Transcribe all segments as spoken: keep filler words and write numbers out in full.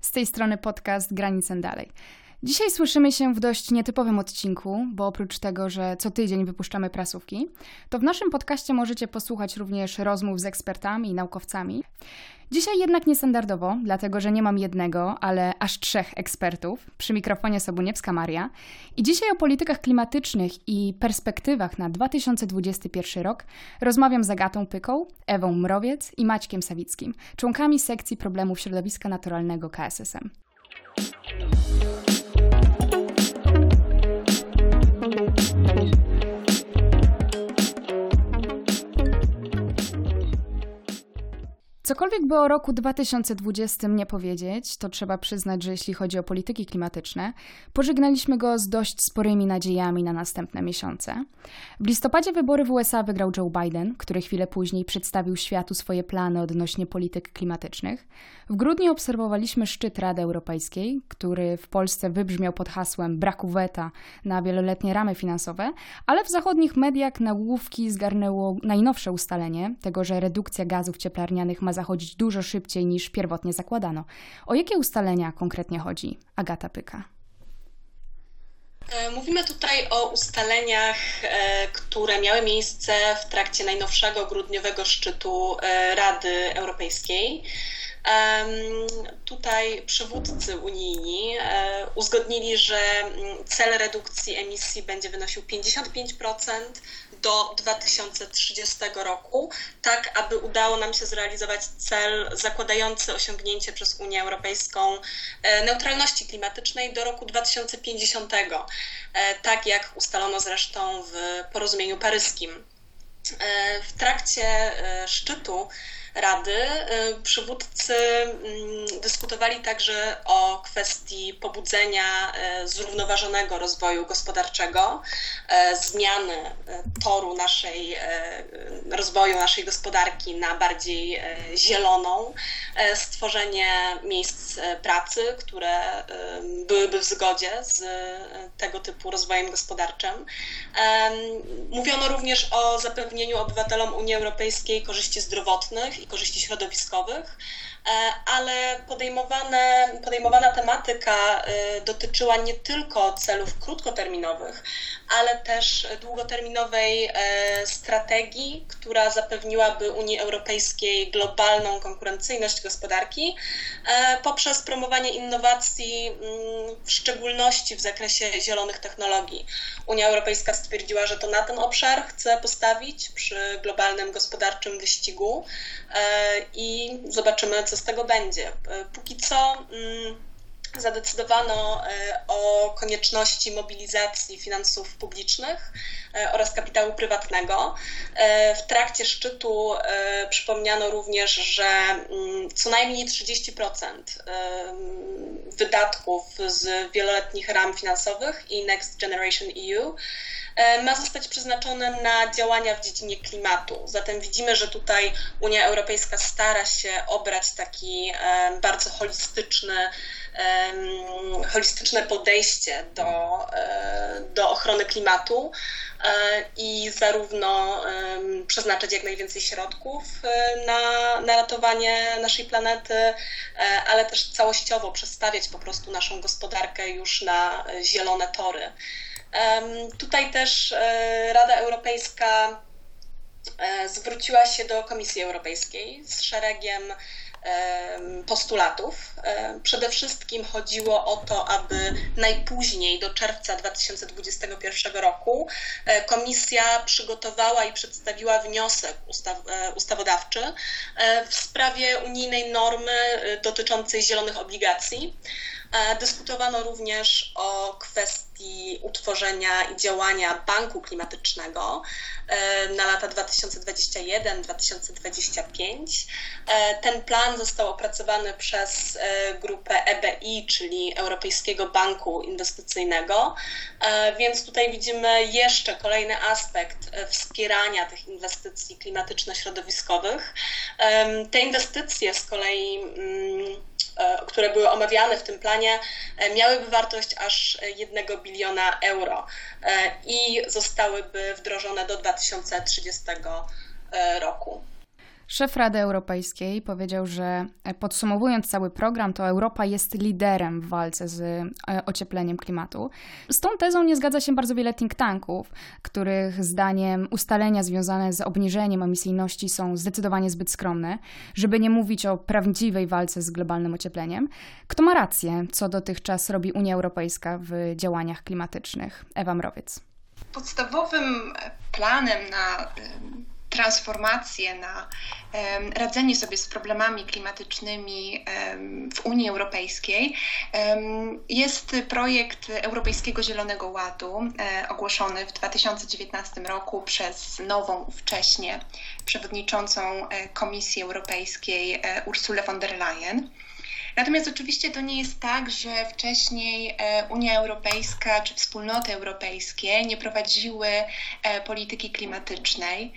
Z tej strony podcast Granicę Dalej. Dzisiaj słyszymy się w dość nietypowym odcinku, bo oprócz tego, że co tydzień wypuszczamy prasówki, to w naszym podcaście możecie posłuchać również rozmów z ekspertami i naukowcami. Dzisiaj jednak niestandardowo, dlatego że nie mam jednego, ale aż trzech ekspertów. Przy mikrofonie Sobuniewska Maria. I dzisiaj o politykach klimatycznych i perspektywach na dwa tysiące dwudziesty pierwszy rok rozmawiam z Agatą Pyką, Ewą Mrowiec i Maćkiem Sawickim, członkami sekcji problemów środowiska naturalnego K S S M. Cokolwiek by o roku dwa tysiące dwudziestym nie powiedzieć, to trzeba przyznać, że jeśli chodzi o polityki klimatyczne, pożegnaliśmy go z dość sporymi nadziejami na następne miesiące. W listopadzie wybory w U S A wygrał Joe Biden, który chwilę później przedstawił światu swoje plany odnośnie polityk klimatycznych. W grudniu obserwowaliśmy szczyt Rady Europejskiej, który w Polsce wybrzmiał pod hasłem braku weta na wieloletnie ramy finansowe, ale w zachodnich mediach nagłówki zgarnęło najnowsze ustalenie tego, że redukcja gazów cieplarnianych ma zachodzić dużo szybciej niż pierwotnie zakładano. O jakie ustalenia konkretnie chodzi? Agata Pyka. Mówimy tutaj o ustaleniach, które miały miejsce w trakcie najnowszego grudniowego szczytu Rady Europejskiej. Tutaj przywódcy unijni uzgodnili, że cel redukcji emisji będzie wynosił pięćdziesiąt pięć procent do dwa tysiące trzydziestego roku, tak aby udało nam się zrealizować cel zakładający osiągnięcie przez Unię Europejską neutralności klimatycznej do roku dwa tysiące pięćdziesiątego, tak jak ustalono zresztą w porozumieniu paryskim. W trakcie szczytu Rady przywódcy dyskutowali także o kwestii pobudzenia zrównoważonego rozwoju gospodarczego, zmiany toru naszej, rozwoju naszej gospodarki na bardziej zieloną, stworzenie miejsc pracy, które byłyby w zgodzie z tego typu rozwojem gospodarczym. Mówiono również o zapewnieniu obywatelom Unii Europejskiej korzyści zdrowotnych i korzyści środowiskowych, ale podejmowane, podejmowana tematyka dotyczyła nie tylko celów krótkoterminowych, ale też długoterminowej strategii, która zapewniłaby Unii Europejskiej globalną konkurencyjność gospodarki poprzez promowanie innowacji, w szczególności w zakresie zielonych technologii. Unia Europejska stwierdziła, że to na ten obszar chce postawić przy globalnym gospodarczym wyścigu i zobaczymy, co z tego będzie. Póki co zadecydowano o konieczności mobilizacji finansów publicznych oraz kapitału prywatnego. W trakcie szczytu przypomniano również, że co najmniej trzydzieści procent wydatków z wieloletnich ram finansowych i Next Generation E U ma zostać przeznaczone na działania w dziedzinie klimatu. Zatem widzimy, że tutaj Unia Europejska stara się obrać taki bardzo holistyczny, holistyczne podejście do, do ochrony klimatu i zarówno przeznaczać jak najwięcej środków na, na ratowanie naszej planety, ale też całościowo przestawiać po prostu naszą gospodarkę już na zielone tory. Tutaj też Rada Europejska zwróciła się do Komisji Europejskiej z szeregiem postulatów. Przede wszystkim chodziło o to, aby najpóźniej do czerwca dwa tysiące dwudziestego pierwszego roku Komisja przygotowała i przedstawiła wniosek ustaw, ustawodawczy w sprawie unijnej normy dotyczącej zielonych obligacji. Dyskutowano również o kwestii utworzenia i działania banku klimatycznego na lata dwa tysiące dwudziesty pierwszy do dwa tysiące dwudziestego piątego. Ten plan został opracowany przez grupę E B I, czyli Europejskiego Banku Inwestycyjnego, więc tutaj widzimy jeszcze kolejny aspekt wspierania tych inwestycji klimatyczno-środowiskowych. Te inwestycje z kolei, które były omawiane w tym planie, miałyby wartość aż jednego biliona euro i zostałyby wdrożone do dwa tysiące trzydziestego roku. Szef Rady Europejskiej powiedział, że podsumowując cały program, to Europa jest liderem w walce z ociepleniem klimatu. Z tą tezą nie zgadza się bardzo wiele think tanków, których zdaniem ustalenia związane z obniżeniem emisyjności są zdecydowanie zbyt skromne, żeby nie mówić o prawdziwej walce z globalnym ociepleniem. Kto ma rację, co dotychczas robi Unia Europejska w działaniach klimatycznych? Ewa Mrowiec. Podstawowym planem na transformację, na um, radzenie sobie z problemami klimatycznymi um, w Unii Europejskiej um, jest projekt Europejskiego Zielonego Ładu um, ogłoszony w dwa tysiące dziewiętnastym roku przez nową ówcześnie przewodniczącą Komisji Europejskiej Ursulę von der Leyen. Natomiast oczywiście to nie jest tak, że wcześniej Unia Europejska czy wspólnoty europejskie nie prowadziły polityki klimatycznej,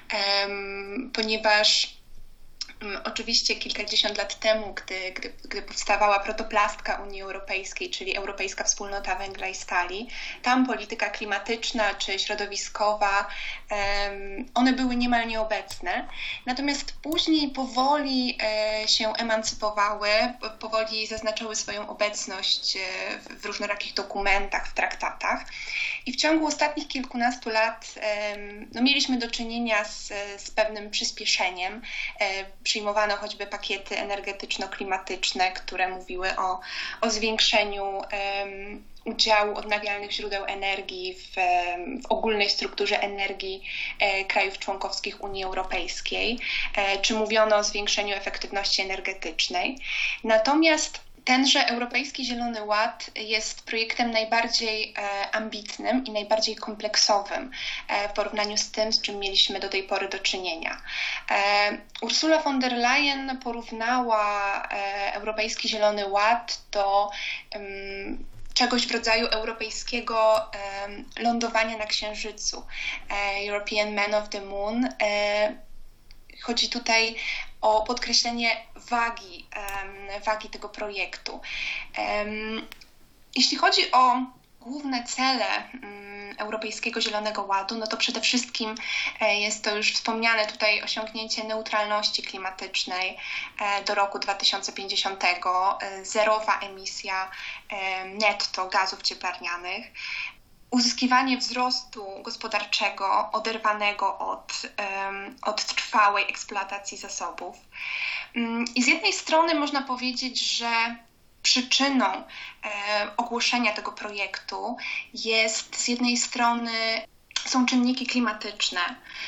ponieważ oczywiście kilkadziesiąt lat temu, gdy, gdy, gdy powstawała protoplastka Unii Europejskiej, czyli Europejska Wspólnota Węgla i Stali, tam polityka klimatyczna czy środowiskowa, one były niemal nieobecne. Natomiast później powoli się emancypowały, powoli zaznaczały swoją obecność w różnorakich dokumentach, w traktatach. I w ciągu ostatnich kilkunastu lat no, mieliśmy do czynienia z, z pewnym przyspieszeniem. Przyjmowano choćby pakiety energetyczno-klimatyczne, które mówiły o, o zwiększeniu um, udziału odnawialnych źródeł energii w, w ogólnej strukturze energii e, krajów członkowskich Unii Europejskiej, e, czy mówiono o zwiększeniu efektywności energetycznej. Natomiast tenże Europejski Zielony Ład jest projektem najbardziej e, ambitnym i najbardziej kompleksowym e, w porównaniu z tym, z czym mieliśmy do tej pory do czynienia. E, Ursula von der Leyen porównała e, Europejski Zielony Ład do um, czegoś w rodzaju europejskiego um, lądowania na Księżycu, e, European Man of the Moon. E, chodzi tutaj o podkreślenie wagi, um, wagi tego projektu. Um, jeśli chodzi o główne cele um, Europejskiego Zielonego Ładu, no to przede wszystkim e, jest to już wspomniane tutaj osiągnięcie neutralności klimatycznej e, do roku dwa tysiące pięćdziesiątego, e, zerowa emisja e, netto gazów cieplarnianych, uzyskiwanie wzrostu gospodarczego oderwanego od, um, od trwałej eksploatacji zasobów. Um, I z jednej strony można powiedzieć, że przyczyną e, ogłoszenia tego projektu jest z jednej strony są czynniki klimatyczne.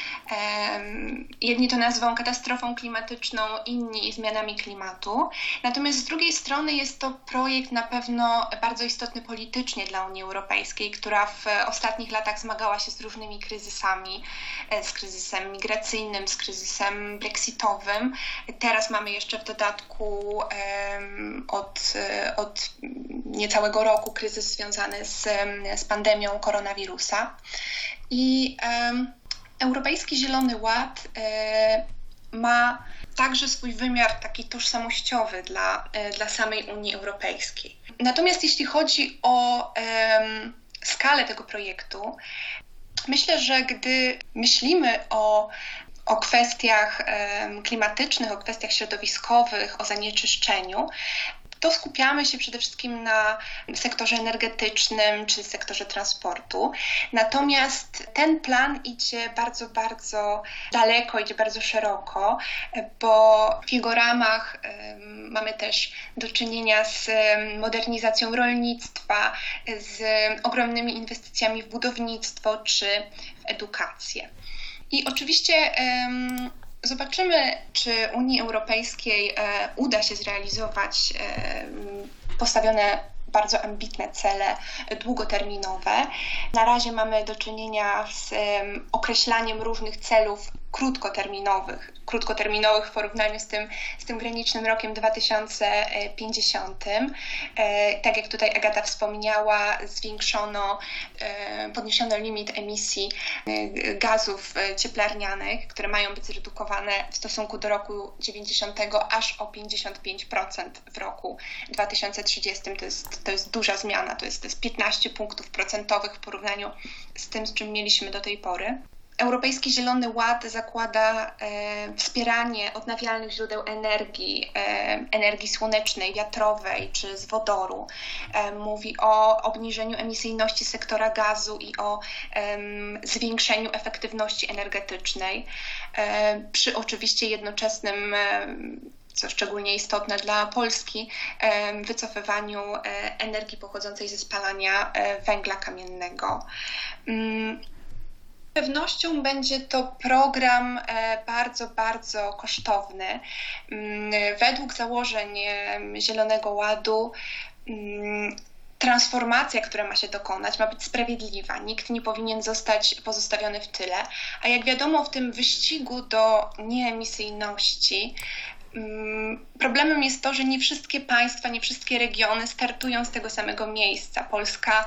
Jedni to nazwą katastrofą klimatyczną, inni zmianami klimatu. Natomiast z drugiej strony jest to projekt na pewno bardzo istotny politycznie dla Unii Europejskiej, która w ostatnich latach zmagała się z różnymi kryzysami, z kryzysem migracyjnym, z kryzysem brexitowym. Teraz mamy jeszcze w dodatku od, od niecałego roku kryzys związany z, z pandemią koronawirusa. I um, Europejski Zielony Ład e, ma także swój wymiar taki tożsamościowy dla, e, dla samej Unii Europejskiej. Natomiast jeśli chodzi o e, skalę tego projektu, myślę, że gdy myślimy o o kwestiach e, klimatycznych, o kwestiach środowiskowych, o zanieczyszczeniu, to skupiamy się przede wszystkim na sektorze energetycznym czy sektorze transportu. Natomiast ten plan idzie bardzo, bardzo daleko, idzie bardzo szeroko, bo w jego ramach mamy też do czynienia z modernizacją rolnictwa, z ogromnymi inwestycjami w budownictwo czy w edukację. I oczywiście um, zobaczymy, czy Unii Europejskiej e, uda się zrealizować e, postawione bardzo ambitne cele długoterminowe. Na razie mamy do czynienia z um, określaniem różnych celów krótkoterminowych, krótkoterminowych w porównaniu z tym, z tym granicznym rokiem dwa tysiące pięćdziesiątym. E, tak jak tutaj Agata wspomniała, zwiększono, e, podniesiono limit emisji e, gazów cieplarnianych, które mają być zredukowane w stosunku do roku dziewięćdziesiątego aż o pięćdziesiąt pięć procent w roku dwa tysiące trzydziestym. To jest, to jest duża zmiana, to jest, to jest piętnaście punktów procentowych w porównaniu z tym, z czym mieliśmy do tej pory. Europejski Zielony Ład zakłada e, wspieranie odnawialnych źródeł energii, e, energii słonecznej, wiatrowej czy z wodoru. E, mówi o obniżeniu emisyjności sektora gazu i o e, zwiększeniu efektywności energetycznej, e, przy oczywiście jednoczesnym, e, co szczególnie istotne dla Polski, e, wycofywaniu e, energii pochodzącej ze spalania e, węgla kamiennego. Mm. Z pewnością będzie to program bardzo, bardzo kosztowny. Według założeń Zielonego Ładu transformacja, która ma się dokonać, ma być sprawiedliwa. Nikt nie powinien zostać pozostawiony w tyle. A jak wiadomo, w tym wyścigu do nieemisyjności problemem jest to, że nie wszystkie państwa, nie wszystkie regiony startują z tego samego miejsca. Polska,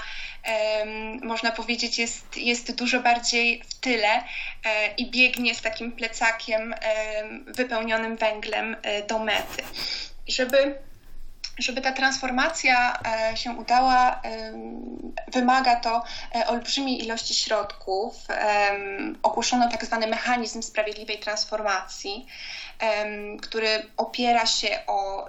można powiedzieć, jest, jest dużo bardziej w tyle i biegnie z takim plecakiem wypełnionym węglem do mety. I żeby Żeby ta transformacja się udała, wymaga to olbrzymiej ilości środków. Ogłoszono tak zwany mechanizm sprawiedliwej transformacji, który opiera się o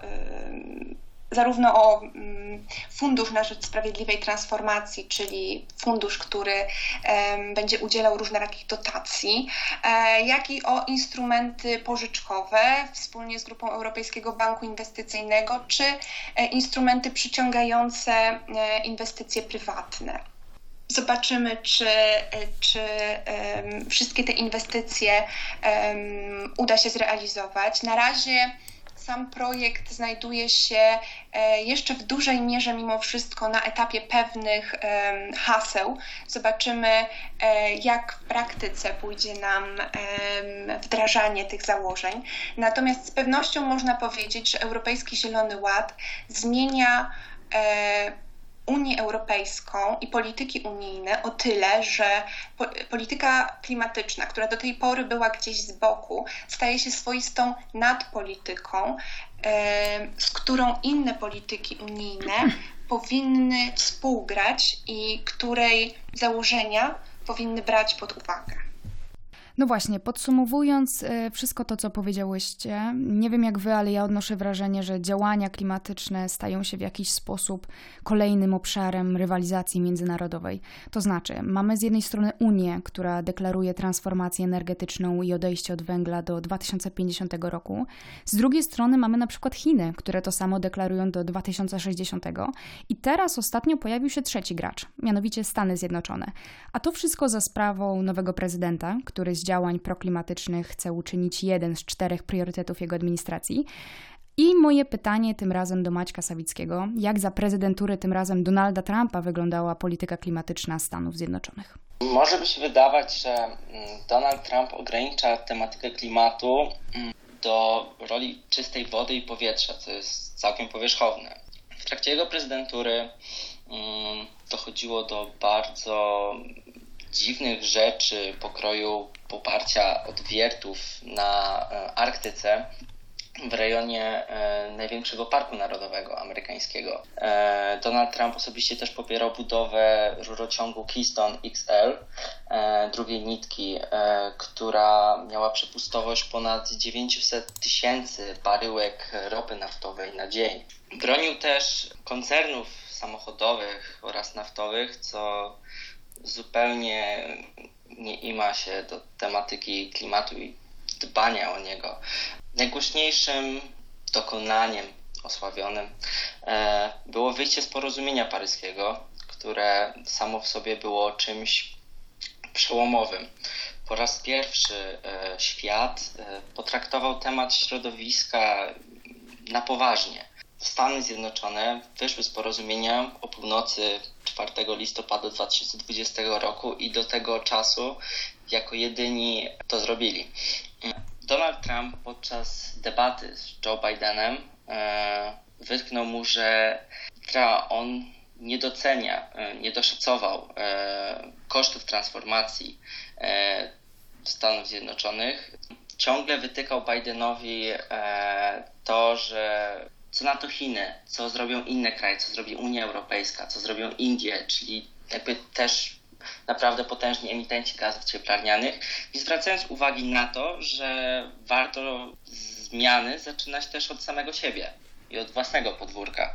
zarówno o Fundusz na rzecz Sprawiedliwej Transformacji, czyli fundusz, który będzie udzielał różnorakich dotacji, jak i o instrumenty pożyczkowe wspólnie z Grupą Europejskiego Banku Inwestycyjnego, czy instrumenty przyciągające inwestycje prywatne. Zobaczymy, czy, czy um, wszystkie te inwestycje um, uda się zrealizować. Na razie sam projekt znajduje się jeszcze w dużej mierze mimo wszystko na etapie pewnych um, haseł. Zobaczymy, jak w praktyce pójdzie nam um, wdrażanie tych założeń. Natomiast z pewnością można powiedzieć, że Europejski Zielony Ład zmienia um, Unię Europejską i polityki unijne o tyle, że po, polityka klimatyczna, która do tej pory była gdzieś z boku, staje się swoistą nadpolityką, e, z którą inne polityki unijne powinny współgrać i której założenia powinny brać pod uwagę. No właśnie, podsumowując wszystko to, co powiedziałyście, nie wiem jak wy, ale ja odnoszę wrażenie, że działania klimatyczne stają się w jakiś sposób kolejnym obszarem rywalizacji międzynarodowej. To znaczy, mamy z jednej strony Unię, która deklaruje transformację energetyczną i odejście od węgla do dwa tysiące pięćdziesiątego roku. Z drugiej strony mamy na przykład Chiny, które to samo deklarują do dwa tysiące sześćdziesiątego. I teraz ostatnio pojawił się trzeci gracz, mianowicie Stany Zjednoczone. A to wszystko za sprawą nowego prezydenta, który z działań proklimatycznych chce uczynić jeden z czterech priorytetów jego administracji. I moje pytanie tym razem do Maćka Sawickiego. Jak za prezydentury tym razem Donalda Trumpa wyglądała polityka klimatyczna Stanów Zjednoczonych? Może by się wydawać, że Donald Trump ogranicza tematykę klimatu do roli czystej wody i powietrza, co jest całkiem powierzchowne. W trakcie jego prezydentury dochodziło do bardzo dziwnych rzeczy pokroju poparcia odwiertów na Arktyce w rejonie największego parku narodowego amerykańskiego. Donald Trump osobiście też popierał budowę rurociągu Keystone X L, drugiej nitki, która miała przepustowość ponad dziewięćset tysięcy baryłek ropy naftowej na dzień. Bronił też koncernów samochodowych oraz naftowych, co zupełnie nie ima się do tematyki klimatu i dbania o niego. Najgłośniejszym dokonaniem osławionym było wyjście z porozumienia paryskiego, które samo w sobie było czymś przełomowym. Po raz pierwszy świat potraktował temat środowiska na poważnie. Stany Zjednoczone wyszły z porozumienia o północy czwartego listopada dwa tysiące dwudziestego roku i do tego czasu jako jedyni to zrobili. Donald Trump podczas debaty z Joe Bidenem wytknął mu, że on nie docenia, nie doszacował kosztów transformacji Stanów Zjednoczonych. Ciągle wytykał Bidenowi to, że co na to Chiny, co zrobią inne kraje, co zrobi Unia Europejska, co zrobią Indie, czyli jakby też naprawdę potężni emitenci gazów cieplarnianych, nie zwracając uwagi na to, że warto zmiany zaczynać też od samego siebie i od własnego podwórka.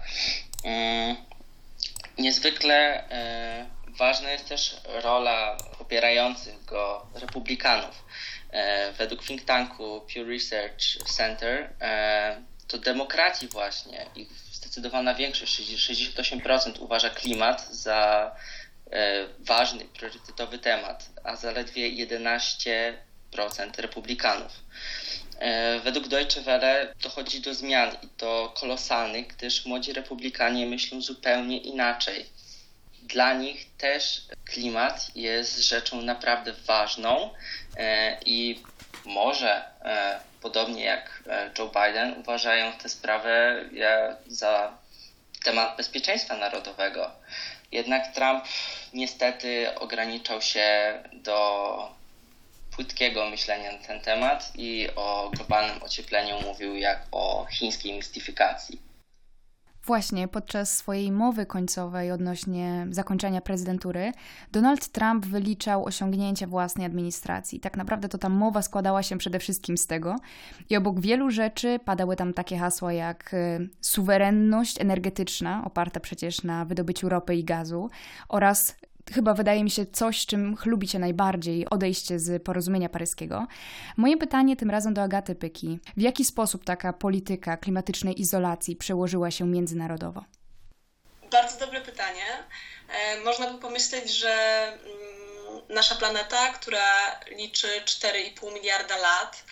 Niezwykle ważna jest też rola popierających go republikanów. Według think tanku Pew Research Center to demokraci właśnie, ich zdecydowana większość, sześćdziesiąt osiem procent uważa klimat za ważny, priorytetowy temat, a zaledwie jedenaście procent republikanów. Według Deutsche Welle dochodzi do zmian i to kolosalnych, gdyż młodzi republikanie myślą zupełnie inaczej. Dla nich też klimat jest rzeczą naprawdę ważną i może, podobnie jak Joe Biden, uważają tę sprawę za temat bezpieczeństwa narodowego. Jednak Trump niestety ograniczał się do płytkiego myślenia na ten temat i o globalnym ociepleniu mówił jak o chińskiej mistyfikacji. Właśnie podczas swojej mowy końcowej odnośnie zakończenia prezydentury Donald Trump wyliczał osiągnięcia własnej administracji. Tak naprawdę to ta mowa składała się przede wszystkim z tego i obok wielu rzeczy padały tam takie hasła jak y, suwerenność energetyczna, oparta przecież na wydobyciu ropy i gazu, oraz chyba wydaje mi się coś, czym chlubi się najbardziej, odejście z porozumienia paryskiego. Moje pytanie tym razem do Agaty Pyki. W jaki sposób taka polityka klimatycznej izolacji przełożyła się międzynarodowo? Bardzo dobre pytanie. Można by pomyśleć, że nasza planeta, która liczy cztery i pół miliarda lat,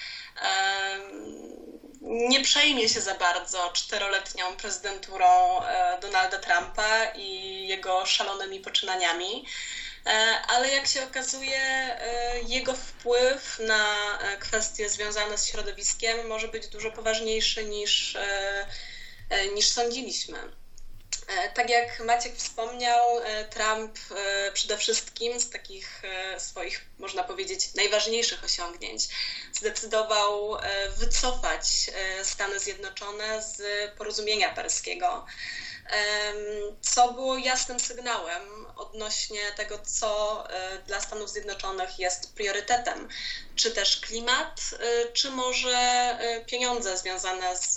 nie przejmie się za bardzo czteroletnią prezydenturą Donalda Trumpa i jego szalonymi poczynaniami, ale jak się okazuje, jego wpływ na kwestie związane z środowiskiem może być dużo poważniejszy niż, niż sądziliśmy. Tak jak Maciek wspomniał, Trump przede wszystkim z takich swoich, można powiedzieć, najważniejszych osiągnięć zdecydował wycofać Stany Zjednoczone z porozumienia paryskiego, co było jasnym sygnałem odnośnie tego, co dla Stanów Zjednoczonych jest priorytetem, czy też klimat, czy może pieniądze związane z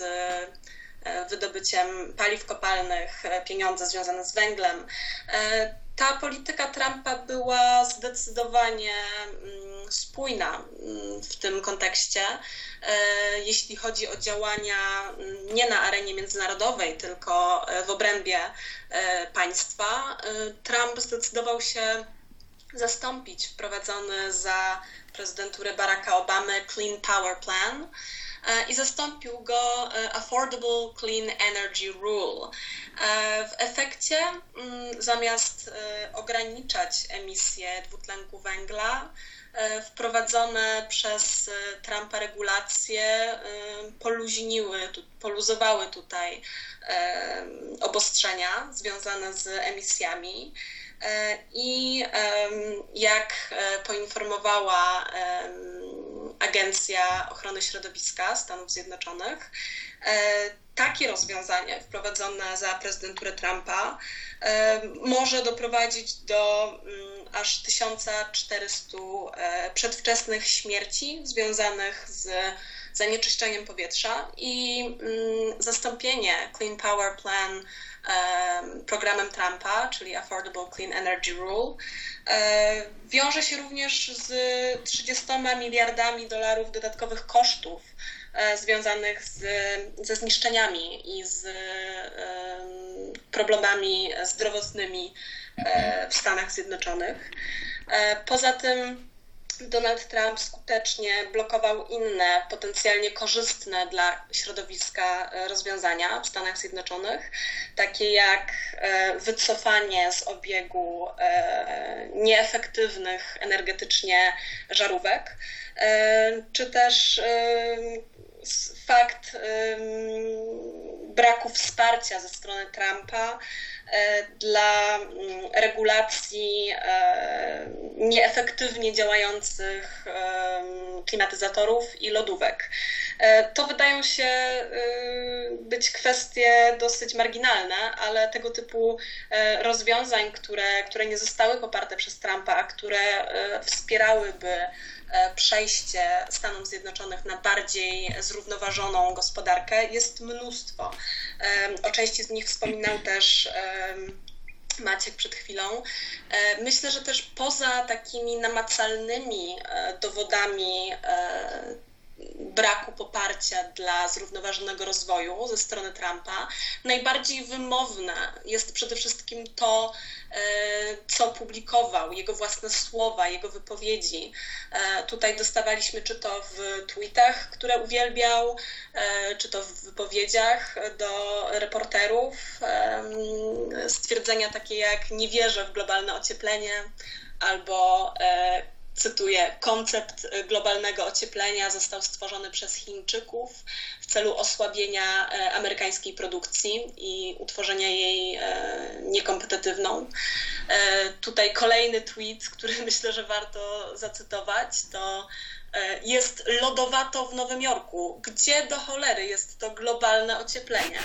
wydobyciem paliw kopalnych, pieniądze związane z węglem. Ta polityka Trumpa była zdecydowanie spójna w tym kontekście, jeśli chodzi o działania nie na arenie międzynarodowej, tylko w obrębie państwa. Trump zdecydował się zastąpić wprowadzony za prezydentury Baracka Obamy Clean Power Plan i zastąpił go Affordable Clean Energy Rule. W efekcie zamiast ograniczać emisję dwutlenku węgla, wprowadzone przez Trumpa regulacje poluźniły, poluzowały tutaj obostrzenia związane z emisjami. I jak poinformowała Agencja Ochrony Środowiska Stanów Zjednoczonych, takie rozwiązanie wprowadzone za prezydenturę Trumpa może doprowadzić do aż tysiąc czterysta przedwczesnych śmierci związanych z zanieczyszczeniem powietrza i zastąpienie Clean Power Plan programem Trumpa, czyli Affordable Clean Energy Rule, wiąże się również z trzydziestoma miliardami dolarów dodatkowych kosztów związanych z, ze zniszczeniami i z problemami zdrowotnymi w Stanach Zjednoczonych. Poza tym Donald Trump skutecznie blokował inne potencjalnie korzystne dla środowiska rozwiązania w Stanach Zjednoczonych, takie jak wycofanie z obiegu nieefektywnych energetycznie żarówek, czy też fakt braku wsparcia ze strony Trumpa dla regulacji nieefektywnie działających klimatyzatorów i lodówek. To wydają się być kwestie dosyć marginalne, ale tego typu rozwiązań, które, które nie zostały poparte przez Trumpa, a które wspierałyby przejście Stanów Zjednoczonych na bardziej zrównoważoną gospodarkę, jest mnóstwo. O części z nich wspominał też Maciek przed chwilą. Myślę, że też poza takimi namacalnymi dowodami braku poparcia dla zrównoważonego rozwoju ze strony Trumpa, najbardziej wymowne jest przede wszystkim to, co publikował, jego własne słowa, jego wypowiedzi. Tutaj dostawaliśmy czy to w tweetach, które uwielbiał, czy to w wypowiedziach do reporterów, stwierdzenia takie jak nie wierzę w globalne ocieplenie, albo cytuję, koncept globalnego ocieplenia został stworzony przez Chińczyków w celu osłabienia amerykańskiej produkcji i utworzenia jej niekompetywną. Tutaj kolejny tweet, który myślę, że warto zacytować, to jest lodowato w Nowym Jorku. Gdzie do cholery jest to globalne ocieplenie?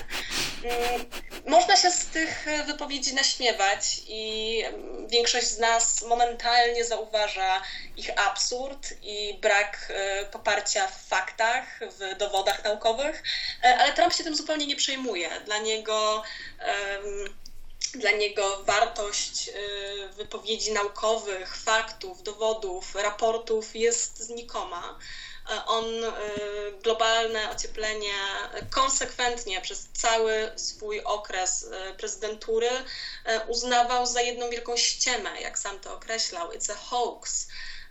Można się z tych wypowiedzi naśmiewać i większość z nas momentalnie zauważa ich absurd i brak poparcia w faktach, w dowodach naukowych, ale Trump się tym zupełnie nie przejmuje. Dla niego Dla niego wartość wypowiedzi naukowych, faktów, dowodów, raportów jest znikoma. On globalne ocieplenie konsekwentnie przez cały swój okres prezydentury uznawał za jedną wielką ściemę, jak sam to określał. It's a hoax.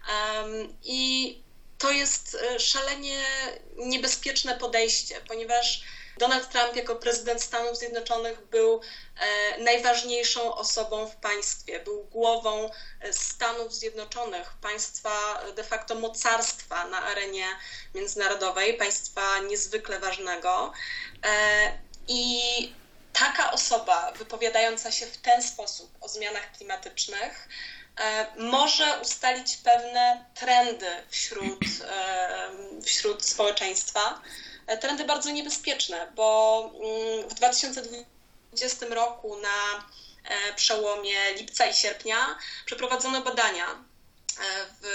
I to jest szalenie niebezpieczne podejście, ponieważ Donald Trump jako prezydent Stanów Zjednoczonych był najważniejszą osobą w państwie, był głową Stanów Zjednoczonych, państwa de facto mocarstwa na arenie międzynarodowej, państwa niezwykle ważnego. I taka osoba wypowiadająca się w ten sposób o zmianach klimatycznych może ustalić pewne trendy wśród, wśród społeczeństwa. Trendy bardzo niebezpieczne, bo w dwa tysiące dwudziestym roku na przełomie lipca i sierpnia przeprowadzono badania w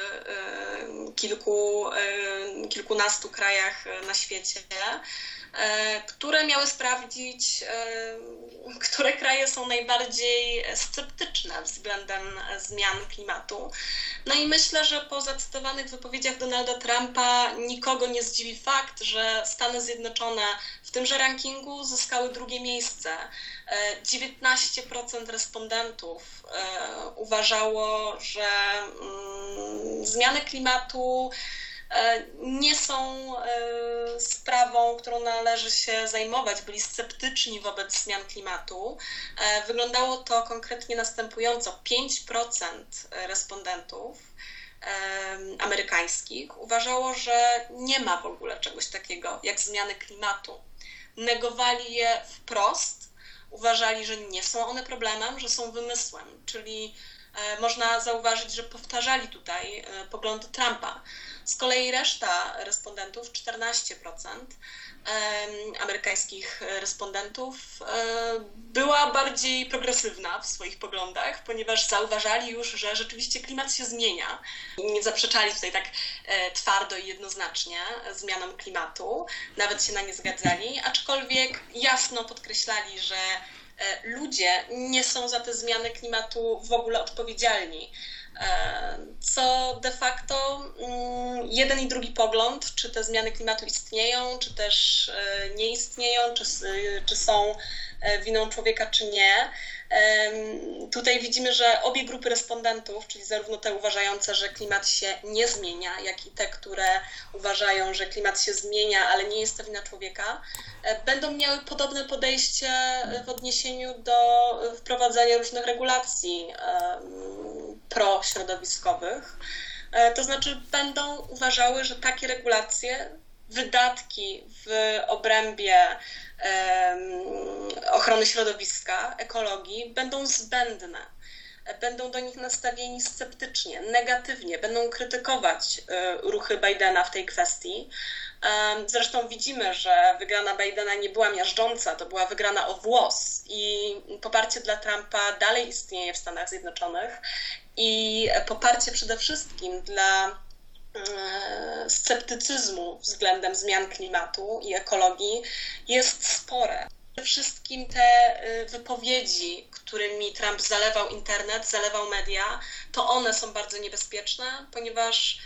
kilku, kilkunastu krajach na świecie, które miały sprawdzić, które kraje są najbardziej sceptyczne względem zmian klimatu. No i myślę, że po zacytowanych wypowiedziach Donalda Trumpa nikogo nie zdziwi fakt, że Stany Zjednoczone w tymże rankingu zyskały drugie miejsce. dziewiętnaście procent respondentów uważało, że zmiany klimatu nie są sprawą, którą należy się zajmować, byli sceptyczni wobec zmian klimatu. Wyglądało to konkretnie następująco. pięć procent respondentów amerykańskich uważało, że nie ma w ogóle czegoś takiego jak zmiany klimatu. Negowali je wprost, uważali, że nie są one problemem, że są wymysłem, czyli można zauważyć, że powtarzali tutaj poglądy Trumpa. Z kolei reszta respondentów, czternaście procent amerykańskich respondentów, była bardziej progresywna w swoich poglądach, ponieważ zauważali już, że rzeczywiście klimat się zmienia. I nie zaprzeczali tutaj tak twardo i jednoznacznie zmianom klimatu, nawet się na nie zgadzali, aczkolwiek jasno podkreślali, że ludzie nie są za te zmiany klimatu w ogóle odpowiedzialni. Co de facto jeden i drugi pogląd, czy te zmiany klimatu istnieją, czy też nie istnieją, czy, czy są winą człowieka, czy nie. Tutaj widzimy, że obie grupy respondentów, czyli zarówno te uważające, że klimat się nie zmienia, jak i te, które uważają, że klimat się zmienia, ale nie jest to wina człowieka, będą miały podobne podejście w odniesieniu do wprowadzania różnych regulacji prośrodowiskowych. To znaczy będą uważały, że takie regulacje wydatki w obrębie ochrony środowiska, ekologii będą zbędne. Będą do nich nastawieni sceptycznie, negatywnie, będą krytykować ruchy Bidena w tej kwestii. Zresztą widzimy, że wygrana Bidena nie była miażdżąca, to była wygrana o włos i poparcie dla Trumpa dalej istnieje w Stanach Zjednoczonych i poparcie przede wszystkim dla sceptycyzmu względem zmian klimatu i ekologii jest spore. Przede wszystkim te wypowiedzi, którymi Trump zalewał internet, zalewał media, to one są bardzo niebezpieczne, ponieważ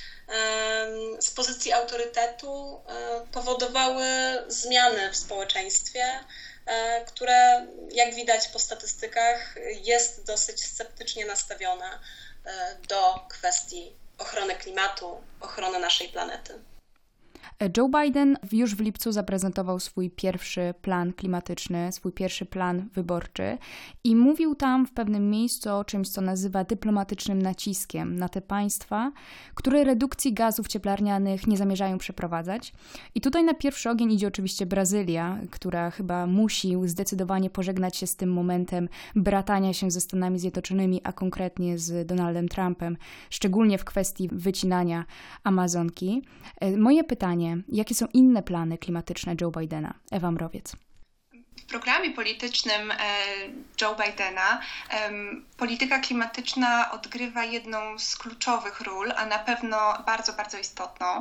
z pozycji autorytetu powodowały zmiany w społeczeństwie, które, jak widać po statystykach, jest dosyć sceptycznie nastawione do kwestii ochrony klimatu, ochrony naszej planety. Joe Biden już w lipcu zaprezentował swój pierwszy plan klimatyczny, swój pierwszy plan wyborczy i mówił tam w pewnym miejscu o czymś, co nazywa dyplomatycznym naciskiem na te państwa, które redukcji gazów cieplarnianych nie zamierzają przeprowadzać. I tutaj na pierwszy ogień idzie oczywiście Brazylia, która chyba musi zdecydowanie pożegnać się z tym momentem bratania się ze Stanami Zjednoczonymi, a konkretnie z Donaldem Trumpem, szczególnie w kwestii wycinania Amazonki. Moje pytanie: jakie są inne plany klimatyczne Joe Bidena? Ewa Mrowiec. W programie politycznym Joe Bidena polityka klimatyczna odgrywa jedną z kluczowych ról, a na pewno bardzo, bardzo istotną.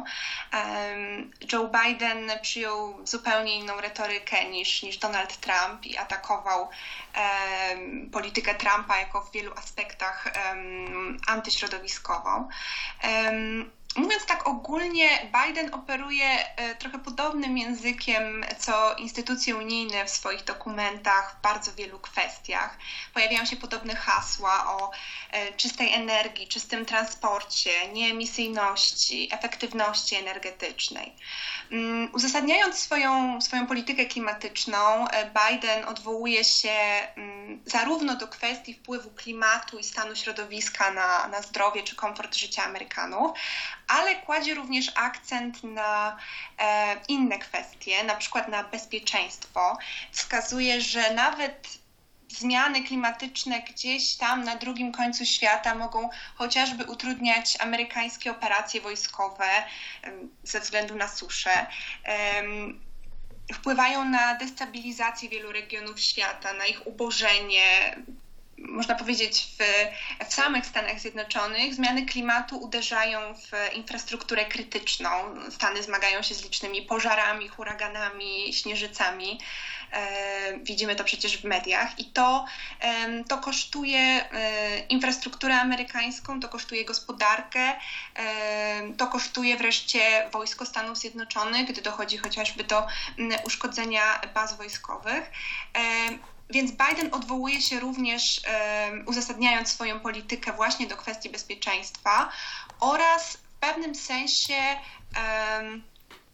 Joe Biden przyjął zupełnie inną retorykę niż, niż Donald Trump i atakował politykę Trumpa jako w wielu aspektach antyśrodowiskową. Mówiąc tak ogólnie, Biden operuje trochę podobnym językiem co instytucje unijne w swoich dokumentach w bardzo wielu kwestiach. Pojawiają się podobne hasła o czystej energii, czystym transporcie, nieemisyjności, efektywności energetycznej. Uzasadniając swoją, swoją politykę klimatyczną, Biden odwołuje się zarówno do kwestii wpływu klimatu i stanu środowiska na, na zdrowie czy komfort życia Amerykanów, ale kładzie również akcent na e, inne kwestie, na przykład na bezpieczeństwo. Wskazuje, że nawet zmiany klimatyczne gdzieś tam na drugim końcu świata mogą chociażby utrudniać amerykańskie operacje wojskowe e, ze względu na suszę. E, wpływają na destabilizację wielu regionów świata, na ich ubożenie. Można powiedzieć, w, w samych Stanach Zjednoczonych zmiany klimatu uderzają w infrastrukturę krytyczną. Stany zmagają się z licznymi pożarami, huraganami, śnieżycami. E, widzimy to przecież w mediach i to, e, to kosztuje e, infrastrukturę amerykańską, to kosztuje gospodarkę, e, to kosztuje wreszcie wojsko Stanów Zjednoczonych, gdy dochodzi chociażby do m, uszkodzenia baz wojskowych. E, Więc Biden odwołuje się również, um, uzasadniając swoją politykę właśnie do kwestii bezpieczeństwa oraz w pewnym sensie um, um,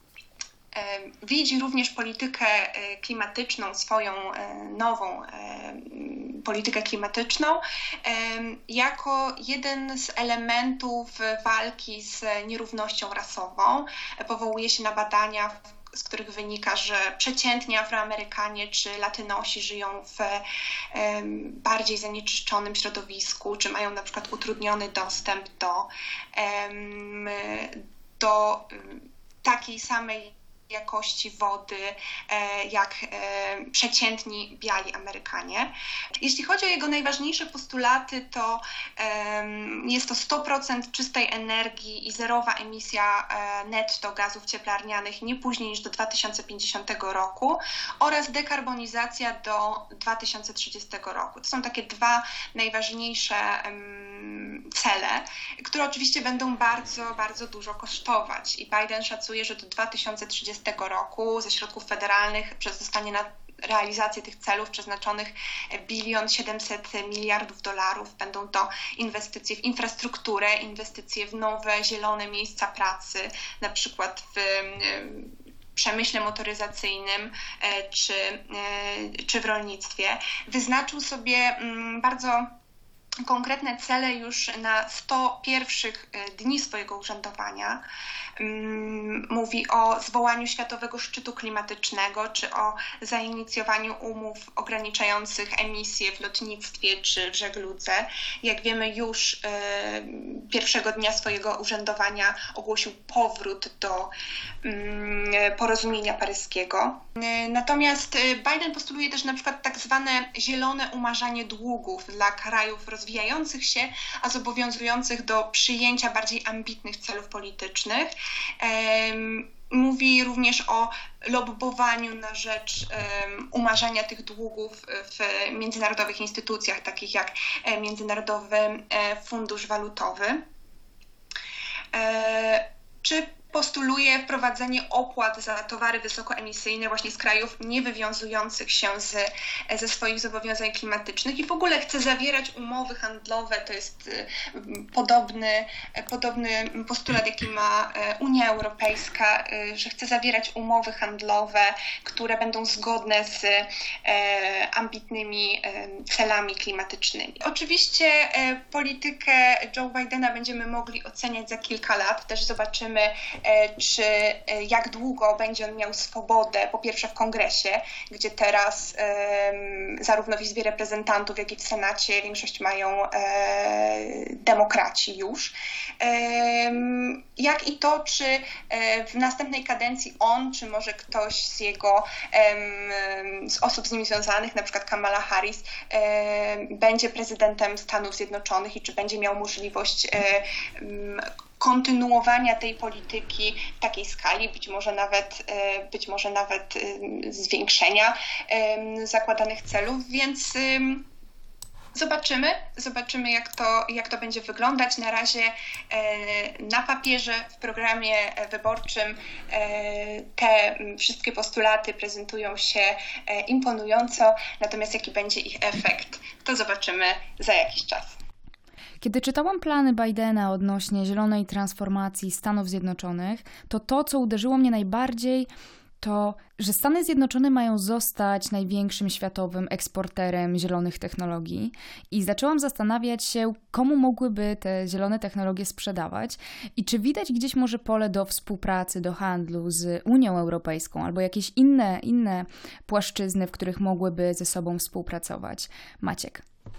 widzi również politykę klimatyczną, swoją um, nową um, politykę klimatyczną um, jako jeden z elementów walki z nierównością rasową. Powołuje się na badania, z których wynika, że przeciętnie Afroamerykanie czy Latynosi żyją w um, bardziej zanieczyszczonym środowisku, czy mają na przykład utrudniony dostęp do, um, do um, takiej samej jakości wody jak przeciętni biali Amerykanie. Jeśli chodzi o jego najważniejsze postulaty, to jest to sto procent czystej energii i zerowa emisja netto gazów cieplarnianych nie później niż do dwa tysiące pięćdziesiątego roku oraz dekarbonizacja do dwa tysiące trzydziestego roku. To są takie dwa najważniejsze cele, które oczywiście będą bardzo, bardzo dużo kosztować i Biden szacuje, że do dwa tysiące trzydziestego roku ze środków federalnych zostanie na realizację tych celów przeznaczonych bilion siedemset miliardów dolarów. Będą to inwestycje w infrastrukturę, inwestycje w nowe, zielone miejsca pracy, na przykład w przemyśle motoryzacyjnym czy, czy w rolnictwie. Wyznaczył sobie bardzo konkretne cele już na sto pierwszych dni swojego urzędowania. Mówi o zwołaniu Światowego Szczytu Klimatycznego, czy o zainicjowaniu umów ograniczających emisje w lotnictwie czy w żegludze. Jak wiemy, już pierwszego dnia swojego urzędowania ogłosił powrót do porozumienia paryskiego. Natomiast Biden postuluje też na przykład tak zwane zielone umarzanie długów dla krajów rozwijających się, a zobowiązujących do przyjęcia bardziej ambitnych celów politycznych. Mówi również o lobbowaniu na rzecz umarzania tych długów w międzynarodowych instytucjach, takich jak Międzynarodowy Fundusz Walutowy. Czy postuluje wprowadzenie opłat za towary wysokoemisyjne właśnie z krajów niewywiązujących się z, ze swoich zobowiązań klimatycznych i w ogóle chce zawierać umowy handlowe. To jest podobny, podobny postulat, jaki ma Unia Europejska, że chce zawierać umowy handlowe, które będą zgodne z ambitnymi celami klimatycznymi. Oczywiście politykę Joe Bidena będziemy mogli oceniać za kilka lat. Też zobaczymy, czy jak długo będzie on miał swobodę, po pierwsze w Kongresie, gdzie teraz um, zarówno w Izbie Reprezentantów, jak i w Senacie większość mają um, demokraci już, um, jak i to, czy um, w następnej kadencji on, czy może ktoś z jego, um, z osób z nim związanych, na przykład Kamala Harris, um, będzie prezydentem Stanów Zjednoczonych i czy będzie miał możliwość um, kontynuowania tej polityki w takiej skali, być może nawet, być może nawet zwiększenia zakładanych celów, więc zobaczymy, zobaczymy jak to, jak to będzie wyglądać. Na razie na papierze, w programie wyborczym te wszystkie postulaty prezentują się imponująco, natomiast jaki będzie ich efekt, to zobaczymy za jakiś czas. Kiedy czytałam plany Bidena odnośnie zielonej transformacji Stanów Zjednoczonych, to to, co uderzyło mnie najbardziej, to, że Stany Zjednoczone mają zostać największym światowym eksporterem zielonych technologii i zaczęłam zastanawiać się, komu mogłyby te zielone technologie sprzedawać i czy widać gdzieś może pole do współpracy, do handlu z Unią Europejską albo jakieś inne, inne płaszczyzny, w których mogłyby ze sobą współpracować. Maciek.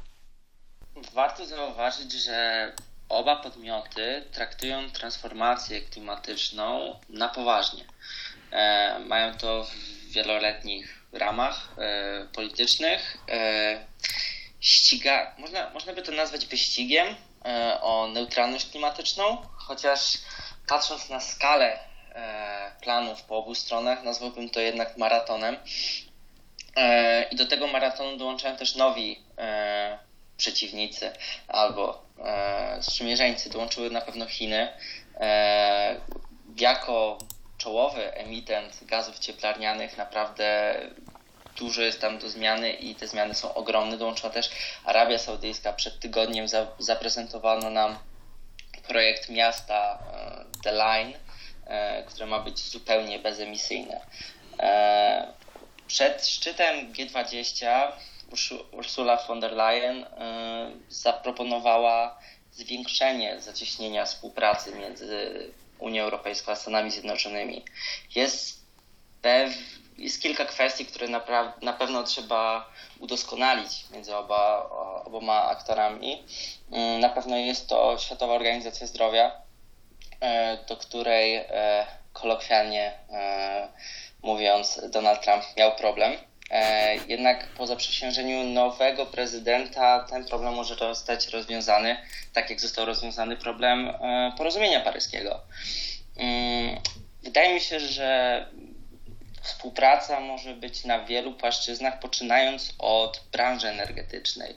Warto zauważyć, że oba podmioty traktują transformację klimatyczną na poważnie. E, mają to w wieloletnich ramach e, politycznych. E, ściga, można, można by to nazwać wyścigiem e, o neutralność klimatyczną, chociaż patrząc na skalę e, planów po obu stronach, nazwałbym to jednak maratonem. E, I do tego maratonu dołączają też nowi e, przeciwnicy albo e, sprzymierzeńcy. Dołączyły na pewno Chiny. E, jako czołowy emitent gazów cieplarnianych naprawdę dużo jest tam do zmiany i te zmiany są ogromne. Dołączyła też Arabia Saudyjska. Przed tygodniem za, zaprezentowano nam projekt miasta e, The Line, e, które ma być zupełnie bezemisyjne. E, przed szczytem G dwadzieścia Ursula von der Leyen y, zaproponowała zwiększenie zacieśnienia współpracy między Unią Europejską a Stanami Zjednoczonymi. Jest, pew, jest kilka kwestii, które na, na pewno trzeba udoskonalić między oba, oboma aktorami. Y, na pewno jest to Światowa Organizacja Zdrowia, y, do której y, kolokwialnie y, mówiąc Donald Trump miał problem. Jednak po zaprzysiężeniu nowego prezydenta ten problem może zostać rozwiązany, tak jak został rozwiązany problem porozumienia paryskiego. Wydaje mi się, że współpraca może być na wielu płaszczyznach, poczynając od branży energetycznej.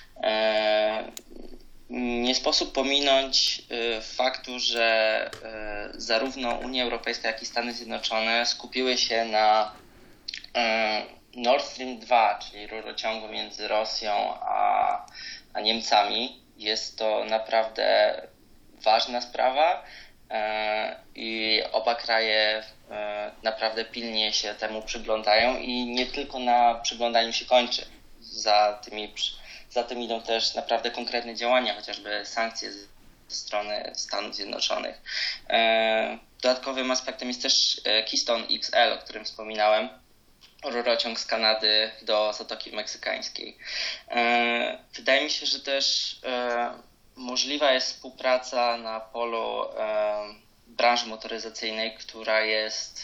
Nie sposób pominąć faktu, że zarówno Unia Europejska, jak i Stany Zjednoczone skupiły się na Nord Stream dwa, czyli rurociągu między Rosją a, a Niemcami. Jest to naprawdę ważna sprawa e, i oba kraje e, naprawdę pilnie się temu przyglądają i nie tylko na przyglądaniu się kończy. Za tymi za tym idą też naprawdę konkretne działania, chociażby sankcje ze strony Stanów Zjednoczonych. Dodatkowym aspektem jest też Keystone X L, o którym wspominałem, rurociąg z Kanady do Zatoki Meksykańskiej. Wydaje mi się, że też możliwa jest współpraca na polu branży motoryzacyjnej, która jest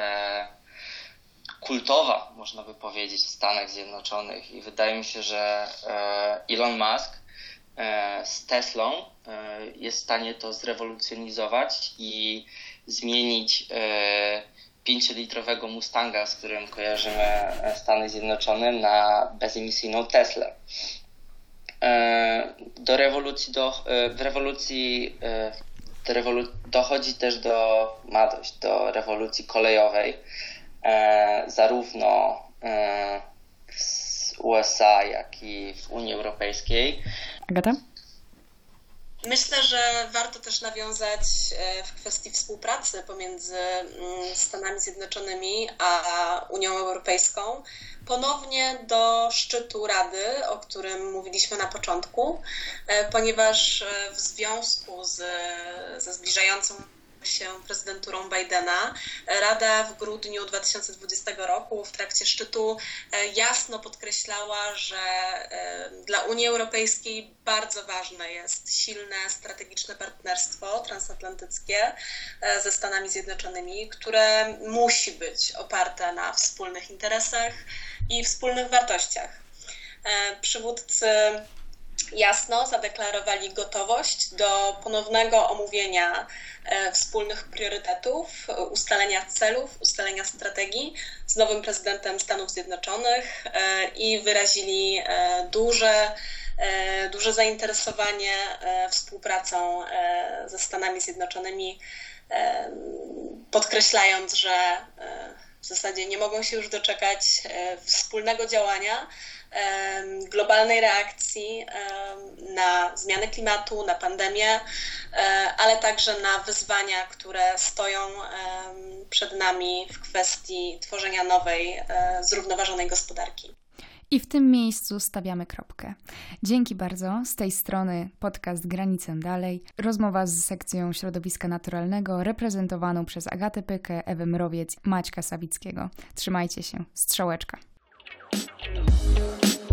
kultowa, można by powiedzieć, w Stanach Zjednoczonych i wydaje mi się, że Elon Musk z Teslą jest w stanie to zrewolucjonizować i zmienić pięciolitrowego Mustanga, z którym kojarzymy Stany Zjednoczone, na bezemisyjną Teslę. Do rewolucji, do, w rewolucji do rewolu- dochodzi też do, ma dojść do rewolucji kolejowej, zarówno w U S A, jak i w Unii Europejskiej. Agata? Myślę, że warto też nawiązać w kwestii współpracy pomiędzy Stanami Zjednoczonymi a Unią Europejską ponownie do szczytu Rady, o którym mówiliśmy na początku, ponieważ w związku z, ze zbliżającą się prezydenturą Bidena, Rada w grudniu dwa tysiące dwudziestego roku w trakcie szczytu jasno podkreślała, że dla Unii Europejskiej bardzo ważne jest silne strategiczne partnerstwo transatlantyckie ze Stanami Zjednoczonymi, które musi być oparte na wspólnych interesach i wspólnych wartościach. Przywódcy jasno zadeklarowali gotowość do ponownego omówienia wspólnych priorytetów, ustalenia celów, ustalenia strategii z nowym prezydentem Stanów Zjednoczonych i wyrazili duże, duże zainteresowanie współpracą ze Stanami Zjednoczonymi, podkreślając, że w zasadzie nie mogą się już doczekać wspólnego działania, globalnej reakcji na zmianę klimatu, na pandemię, ale także na wyzwania, które stoją przed nami w kwestii tworzenia nowej, zrównoważonej gospodarki. I w tym miejscu stawiamy kropkę. Dzięki bardzo. Z tej strony podcast Granicę Dalej. Rozmowa z sekcją środowiska naturalnego reprezentowaną przez Agatę Pykę, Ewę Mrowiec, Maćka Sawickiego. Trzymajcie się. Strzałeczka.